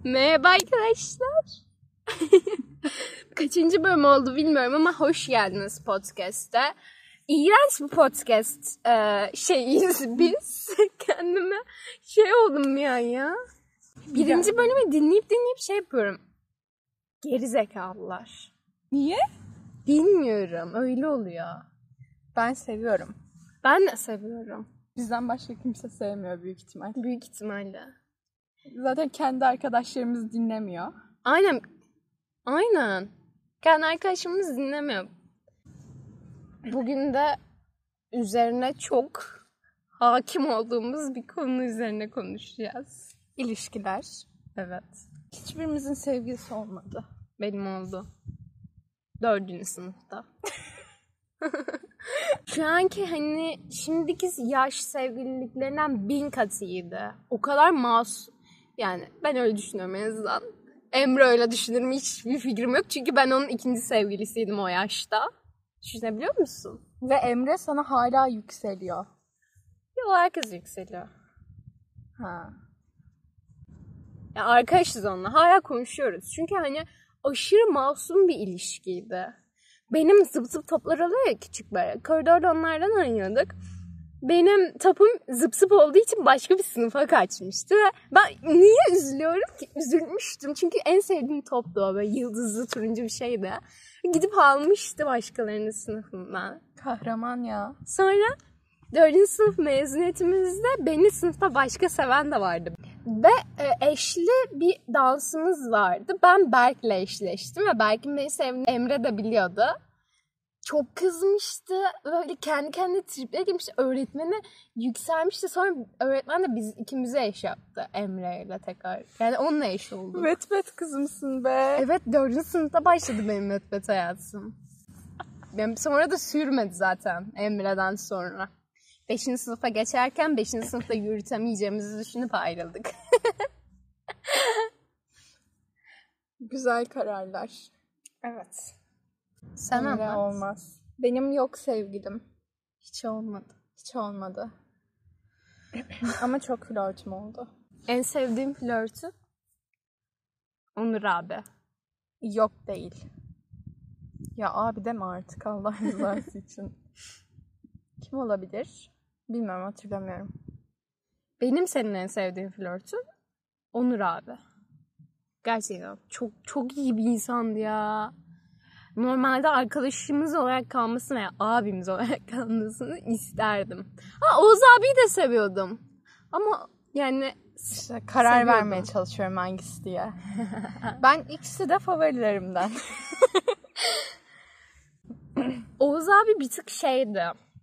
Merhaba arkadaşlar. Kaçıncı bölüm oldu bilmiyorum ama hoş geldiniz podcast'te. İğrenç bir podcast şeyiz biz. Kendime oldum ya. Birinci bölümü dinleyip şey yapıyorum. Gerizekalılar. Niye? Bilmiyorum. Öyle oluyor. Ben seviyorum. Ben de seviyorum. Bizden başka kimse sevmiyor büyük ihtimal. Büyük ihtimalle. Zaten kendi arkadaşlarımız dinlemiyor. Aynen. Kendi arkadaşımız dinlemiyor. Bugün de üzerine çok hakim olduğumuz bir konu üzerine konuşacağız. İlişkiler. Evet. Hiçbirimizin sevgilisi olmadı. Benim oldu. 4. sınıfta. Şu anki şimdiki yaş sevgililiklerinden 1000 kat iyiydi. O kadar masum. Yani ben öyle düşünüyorum en azından. Emre öyle düşünür mü hiçbir fikrim yok. Çünkü ben onun 2. sevgilisiydim o yaşta. Düşünebiliyor musun? Ve Emre sana hala yükseliyor. Yok, herkes yükseliyor. Ha. Ya arkadaşız onunla. Hala konuşuyoruz. Çünkü aşırı masum bir ilişkiydi. Benim zıp zıp toplar oluyor ya küçük böyle. Koridorda onlardan oynuyorduk. Benim topum zıp zıp olduğu için başka bir sınıfa kaçmıştı. Ve ben niye üzülüyorum ki? Üzülmüştüm. Çünkü en sevdiğim toptu o. Böyle yıldızlı turuncu bir şeydi. Gidip almıştı başkalarının sınıfından. Kahraman ya. Sonra 4. sınıf mezuniyetimizde beni sınıfta başka seven de vardı. Ve eşli bir dansımız vardı. Ben Berk'le eşleştim ve Berk'in beni sevdiğini Emre de biliyordu. Çok kızmıştı. Böyle kendi kendine triplere girmişti. Öğretmene yükselmişti. Sonra öğretmen de biz ikimize eş yaptı Emre'yle tekrar. Yani onunla eş oldu. Vet kız mısın be? Evet, 4. sınıfta başladı benim vet hayatım. Benim sonra da sürmedi zaten Emre'den sonra. 5. sınıfa geçerken 5. sınıfta yürütemeyeceğimizi düşünüp ayrıldık. Güzel kararlar. Evet. Sen Emre anlat. olmaz. Benim yok sevgilim. Hiç olmadı. Hiç olmadı. Ama çok flörtüm oldu. En sevdiğim flörtü? Onur abi. Yok değil. Ya abi deme artık Allah rızası için. Kim olabilir? Bilmiyorum, hatırlamıyorum. Benim senin en sevdiğin flörtün Onur abi. Gerçekten çok iyi bir insandı ya. Normalde arkadaşımız olarak kalmasını veya abimiz olarak kalmasını isterdim. Oğuz abiyi de seviyordum. Ama yani İşte karar seviyordum. vermeye çalışıyorum hangisi diye. Ben ikisi de favorilerimden. Oğuz abi bir tık şeydi.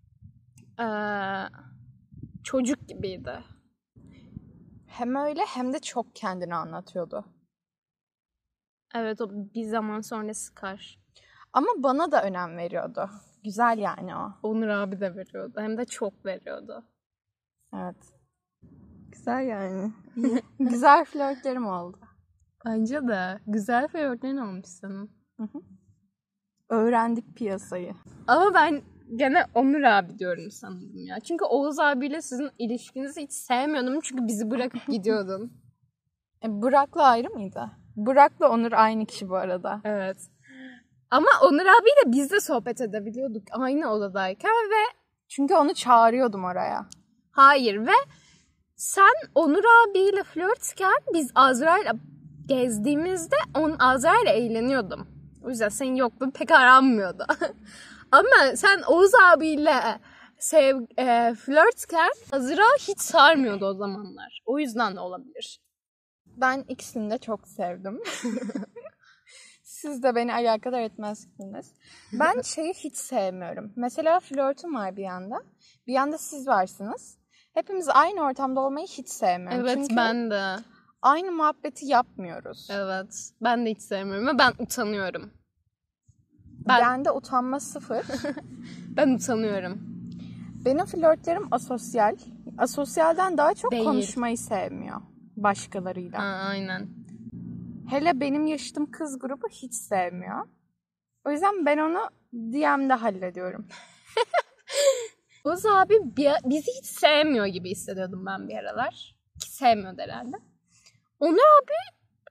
Çocuk gibiydi. Hem öyle hem de çok kendini anlatıyordu. Evet, o bir zaman sonra sıkar. Ama bana da önem veriyordu. Güzel yani o. Onur abi de veriyordu. Hem de çok veriyordu. Evet. Güzel yani. Güzel flörtlerim oldu. Bence de. Güzel flörtlerin olmuş senin. Öğrendik piyasayı. Ama ben gene Onur abi diyorum sanırım ya. Çünkü Oğuz abiyle sizin ilişkinizi hiç sevmiyordum. Çünkü bizi bırakıp gidiyordun. Burak'la ayrı mıydı? Burak'la Onur aynı kişi bu arada. Evet. Ama Onur abiyle biz de sohbet edebiliyorduk aynı odadayken ve... Çünkü onu çağırıyordum oraya. Hayır, ve sen Onur abiyle flörtken biz Azra'yla gezdiğimizde Azra'yla eğleniyordum. O yüzden senin yokluğun pek aranmıyordu. Ama sen Oğuz abiyle flörtken Azra hiç sarmıyordu o zamanlar. O yüzden de olabilir. Ben ikisini de çok sevdim. Siz de beni alakadar etmezsiniz. Ben şeyi hiç sevmiyorum. Mesela flörtüm var bir yanda. Bir yanda siz varsınız. Hepimiz aynı ortamda olmayı hiç sevmiyorum. Evet, çünkü ben de. aynı muhabbeti yapmıyoruz. Evet. Ben de hiç sevmiyorum ve ben utanıyorum. Bende utanma sıfır. Ben utanıyorum. Benim flörtlerim asosyal. Asosyalden daha çok Değil. konuşmayı sevmiyor başkalarıyla. Aynen. Hele benim yaşadığım kız grubu hiç sevmiyor. O yüzden ben onu DM'de hallediyorum. Oğuz abi bizi hiç sevmiyor gibi hissediyordum ben bir aralar. Ki sevmiyordu herhalde. Onur abi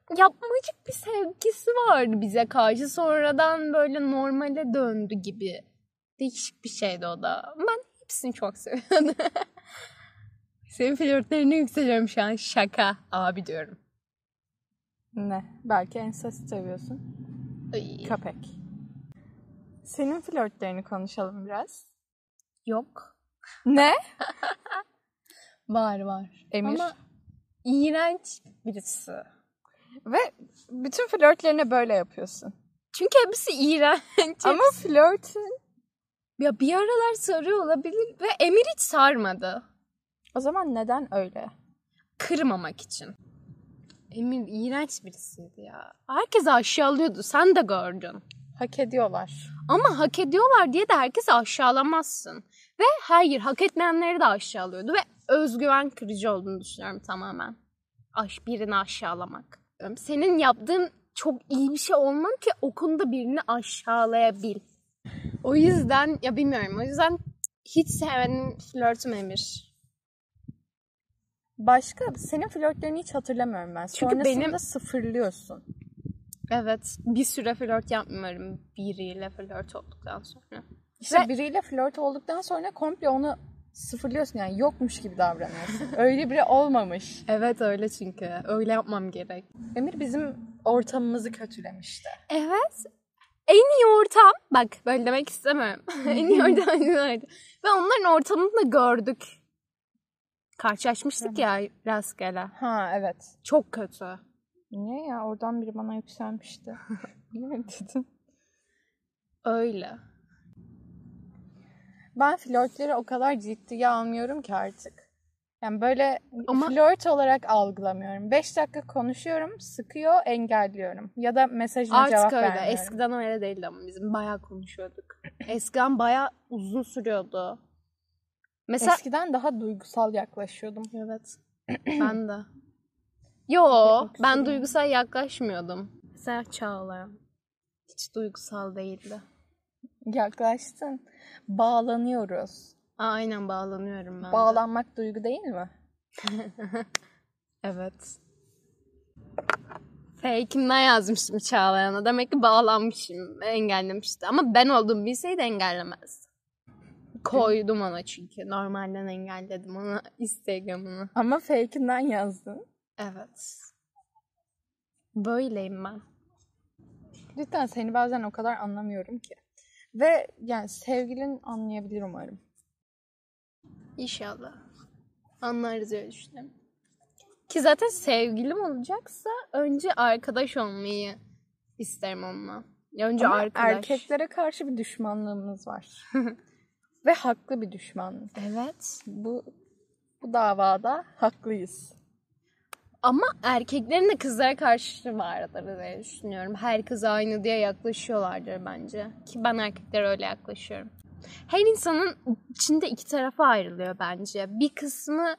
yapmacık bir sevgisi vardı bize karşı. Sonradan böyle normale döndü gibi. Değişik bir şeydi o da. Ben hepsini çok seviyordum. Senin flörtlerine yükseliyorum şu an. Şaka abi diyorum. Ne? Belki ensest seviyorsun. Ay. Köpek. Senin flörtlerini konuşalım biraz. Yok. Ne? Var. Emir. Ama iğrenç birisi. Ve bütün flörtlerine böyle yapıyorsun. Çünkü hepsi iğrenç. Ama flörtün... Ya bir aralar sarıyor olabilir ve Emir hiç sarmadı. O zaman neden öyle? Kırmamak için. Emir iğrenç birisiydi ya. Herkes aşağılıyordu. Sen de gördün. Hak ediyorlar. Ama hak ediyorlar diye de herkesi aşağılamazsın. Ve hayır, hak etmeyenleri de aşağılıyordu. Ve özgüven kırıcı olduğunu düşünüyorum tamamen. Birini aşağılamak. Senin yaptığın çok iyi bir şey olmam ki o konuda birini aşağılayabil. O yüzden ya bilmiyorum. O yüzden hiç sevmedim flörtüm Emir. Başka? Senin flörtlerini hiç hatırlamıyorum ben. Çünkü Sonrasında sıfırlıyorsun. Evet. Bir süre flört yapmıyorum biriyle flört olduktan sonra. İşte biriyle flört olduktan sonra komple onu sıfırlıyorsun. Yani yokmuş gibi davranıyorsun. Öyle biri olmamış. Evet öyle çünkü. Öyle yapmam gerek. Emir bizim ortamımızı kötülemişti. Evet. En iyi ortam. Bak böyle demek istemiyorum. En iyi ortam. Ve onların ortamını da gördük. Karşılaşmıştık ya rastgele. Ha evet. Çok kötü. Niye ya? Oradan biri bana yükselmişti. Ne dedin? Öyle. Ben flörtleri o kadar ciddiye almıyorum ki artık. Yani böyle Ama... flört olarak algılamıyorum. 5 dakika konuşuyorum, sıkıyor, engelliyorum. Ya da mesajına artık cevap öyle. vermiyorum. Eskiden öyle değildi ama bizim bayağı konuşuyorduk. Eskiden bayağı uzun sürüyordu. Mesela... Eskiden daha duygusal yaklaşıyordum. Evet. Ben de. Yo, ben duygusal yaklaşmıyordum. Mesela Çağla. Hiç duygusal değildi. Yaklaştın. Bağlanıyoruz. Aynen bağlanıyorum ben. Bağlanmak duygu değil mi? Evet. Fake'imden yazmıştım Çağlayan'a. Demek ki bağlanmışım. Engellemişti. Ama ben olduğumu bilseydi engellemezdi. Koydum ona çünkü. Normalden engelledim ona Instagram'ını. Ama fake'inden yazdın. Evet. Böyleyim ben. Cidden seni bazen o kadar anlamıyorum ki. Ve yani sevgilin anlayabilir umarım. İnşallah. Anlarız diye düşünüyorum. Ki zaten sevgilim olacaksa önce arkadaş olmayı isterim onunla. Önce ama arkadaş. Erkeklere karşı bir düşmanlığımız var. Ve haklı bir düşmanlık. Evet. Bu davada haklıyız. Ama erkeklerin de kızlara karşı vardır diye düşünüyorum. Her kız aynı diye yaklaşıyorlardır bence. Ki ben erkeklere öyle yaklaşıyorum. Her insanın içinde iki tarafa ayrılıyor bence. Bir kısmı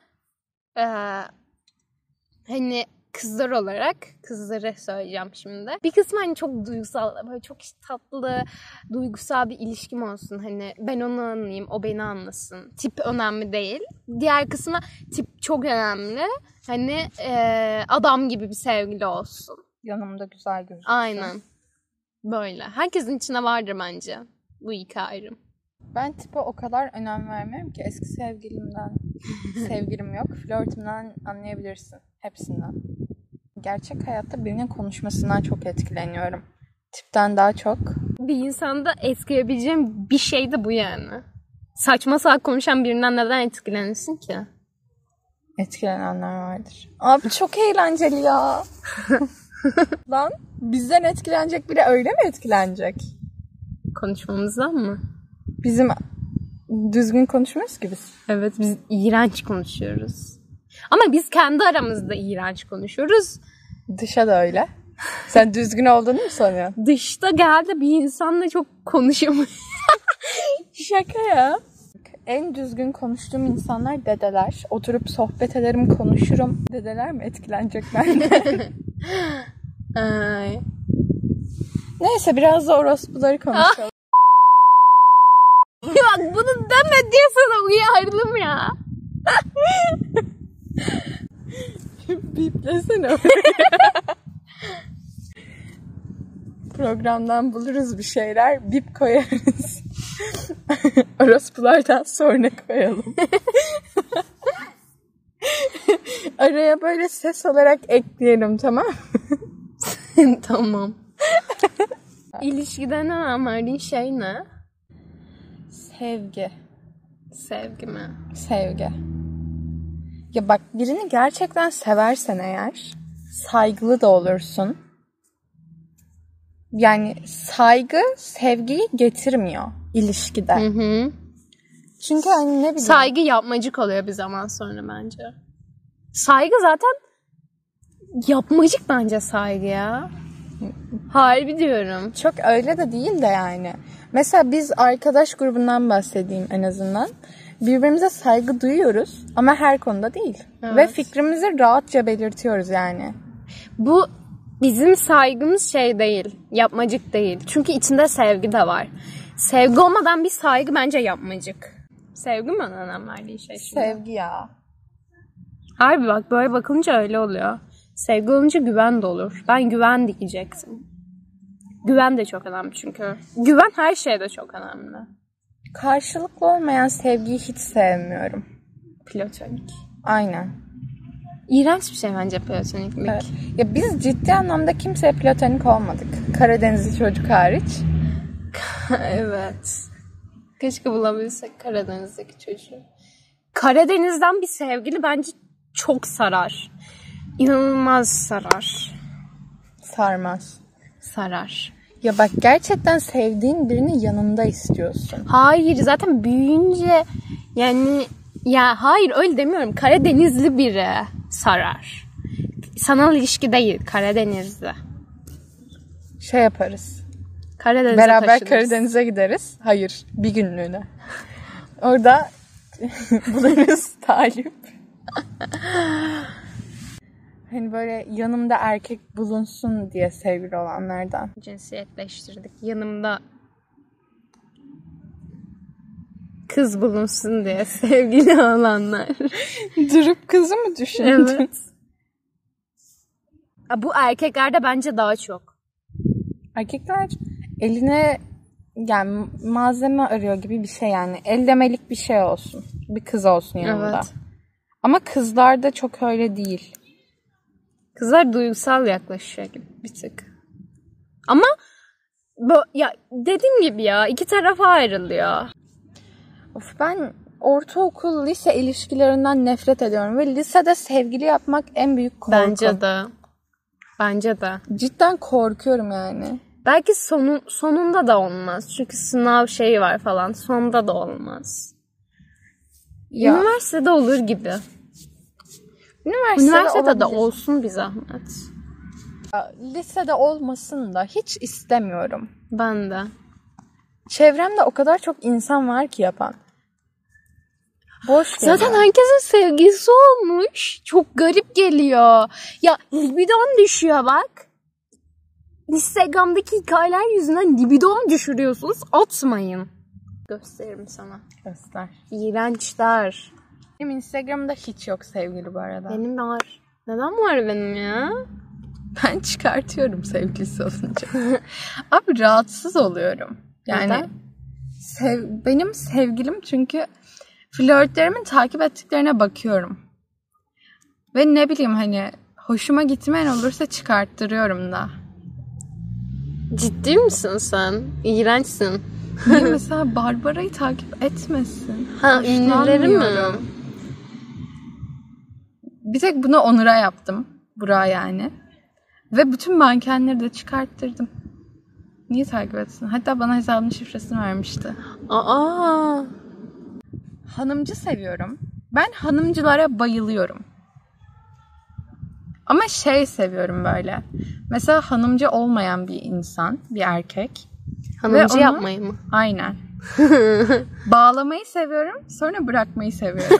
hani kızlar olarak, kızları söyleyeceğim şimdi. Bir kısmı hani çok duygusal, böyle çok tatlı, duygusal bir ilişkim olsun. Hani ben onu anlayayım, o beni anlasın. Tip önemli değil. Diğer kısmı tip çok önemli. Hani adam gibi bir sevgili olsun. Yanımda güzel gözüksün. Aynen. Böyle. Herkesin içine vardır bence bu iki ayrım. Ben tipe o kadar önem vermiyorum ki eski sevgilimden. Sevgilim yok. Flörtümden anlayabilirsin. Hepsinden. Gerçek hayatta birinin konuşmasından çok etkileniyorum. Tipten daha çok. Bir insanda etkileyebileceğim bir şey de bu yani. Saçma salak konuşan birinden neden etkilenirsin ki? Etkilenenler vardır. Abi çok eğlenceli ya. Lan bizden etkilenecek biri öyle mi etkilenecek? Konuşmamızdan mı? Bizim düzgün konuşmuyoruz ki biz. Evet, biz iğrenç konuşuyoruz. Ama biz kendi aramızda iğrenç konuşuyoruz. Dışa da öyle. Sen düzgün olduğunu mu sanıyorsun? Dışta geldi bir insanla çok konuşamıyor. Şaka ya. En düzgün konuştuğum insanlar dedeler. Oturup sohbet ederim, konuşurum. Dedeler mi etkilenecek benden? Ay. Neyse biraz da orospuları konuşalım. Bak bunu deme diye sana uyardım ya. Biplesene. Programdan buluruz bir şeyler. Bip koyarız. Orospulardan sonra koyalım. Araya böyle ses olarak ekleyelim, tamam mı? Tamam. İlişkiden önemli şey ne? Sevgi. Sevgi mi? Sevgi. Ya bak, birini gerçekten seversen eğer saygılı da olursun. Yani saygı sevgiyi getirmiyor ilişkide. Hı hı. Çünkü hani ne bileyim. Saygı yapmacık oluyor bir zaman sonra bence. Saygı zaten yapmacık bence saygı ya. Harbi diyorum. Çok öyle de değil de yani. Mesela biz arkadaş grubundan bahsedeyim en azından. Birbirimize saygı duyuyoruz ama her konuda değil. Evet. Ve fikrimizi rahatça belirtiyoruz yani. Bu bizim saygımız şey değil, yapmacık değil. Çünkü içinde sevgi de var. Sevgi olmadan bir saygı bence yapmacık. Sevgi mi önem verdiği şey şimdi? Sevgi ya. Harbi bak, böyle bakınca öyle oluyor. Sevgi olunca güven de olur. Ben güven diyeceksin. Güven de çok önemli çünkü. Güven her şeyde çok önemli. Karşılıklı olmayan sevgiyi hiç sevmiyorum. Platonik. Aynen. İğrenç bir şey bence platoniklik. Evet. Ya biz ciddi anlamda kimseye platonik olmadık. Karadenizli çocuk hariç. Evet. Keşke bulabilsek Karadeniz'deki çocuğu. Karadeniz'den bir sevgili bence çok sarar. İnanılmaz sarar. Sarmaz. Sarar. Ya bak, gerçekten sevdiğin birini yanında istiyorsun. Hayır, zaten büyüyünce yani, ya hayır öyle demiyorum. Karadenizli biri sarar. Sanal ilişki değil, Karadenizli. Şey yaparız. Karadeniz'e Beraber taşınırız. Karadeniz'e gideriz. Hayır, bir günlüğüne. Orada buluruz talip. Hani böyle yanımda erkek bulunsun diye sevgili olanlardan. Cinsiyetleştirdik. Yanımda kız bulunsun diye sevgili olanlar. Durup kızı mı düşündün? Evet. Bu erkeklerde bence daha çok. Erkekler eline yani malzeme arıyor gibi bir şey yani. Ellemelik bir şey olsun. Bir kız olsun yanında. Evet. Ama kızlarda çok öyle değil. Kızlar duygusal yaklaşıyor gibi bir tık. Ama ya dediğim gibi ya, iki tarafa ayrılıyor. Of, ben ortaokul, lise ilişkilerinden nefret ediyorum. Ve lisede sevgili yapmak en büyük korku. Bence de. Bence de. Cidden korkuyorum yani. Belki sonunda da olmaz. Çünkü sınav şeyi var falan. Sonunda da olmaz. Ya. Üniversitede olur gibi. Üniversitede de olsun bir zahmet. Lisede olmasın da hiç istemiyorum. Ben de. Çevremde o kadar çok insan var ki yapan. Boş geliyor. Zaten herkesin sevgilisi olmuş. Çok garip geliyor. Ya libidon düşüyor bak. Instagram'daki hikayeler yüzünden libidon düşürüyorsunuz. Atmayın. Gösteririm sana. Göster. İğrençler. Benim Instagram'da hiç yok sevgili bu arada. Benim var. Neden var benim ya? Ben çıkartıyorum sevgilisi olunca. Abi rahatsız oluyorum. Yani neden? Benim sevgilim çünkü flörtlerimin takip ettiklerine bakıyorum. Ve ne bileyim hani hoşuma gitmeyen olursa çıkarttırıyorum da. Ciddi misin sen? İğrençsin. Niye mesela Barbara'yı takip etmesin? Ha, ünlüleri mi? Bir tek bunu Onur'a yaptım. Burak'a yani. Ve bütün mankenleri de çıkarttırdım. Niye takip etsin? Hatta bana hesabının şifresini vermişti. Aa. Hanımcı seviyorum. Ben hanımcılara bayılıyorum. Ama şey seviyorum böyle. Mesela hanımcı olmayan bir insan, bir erkek. Hanımcı onu, yapmayı mı? Aynen. Bağlamayı seviyorum, sonra bırakmayı seviyorum.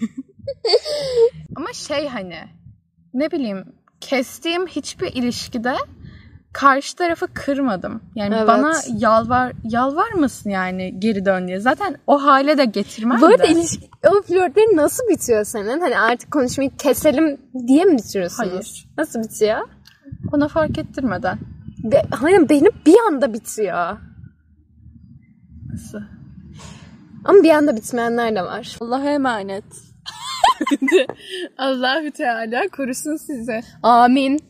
Ama şey hani, ne bileyim, kestiğim hiçbir ilişkide karşı tarafı kırmadım. Yani evet. Bana yalvarmasın yani geri dön diye. Zaten o hale de getirmem bu arada de. O flörtlerin nasıl bitiyor senin? Hani artık konuşmayı keselim diye mi bitiriyorsunuz? Hayır. Nasıl bitiyor? Bana fark ettirmeden. Hani benim bir anda bitiyor. Nasıl? Ama bir anda bitmeyenler de var. Allah'a emanet. Allahü Teala korusun sizi. Amin.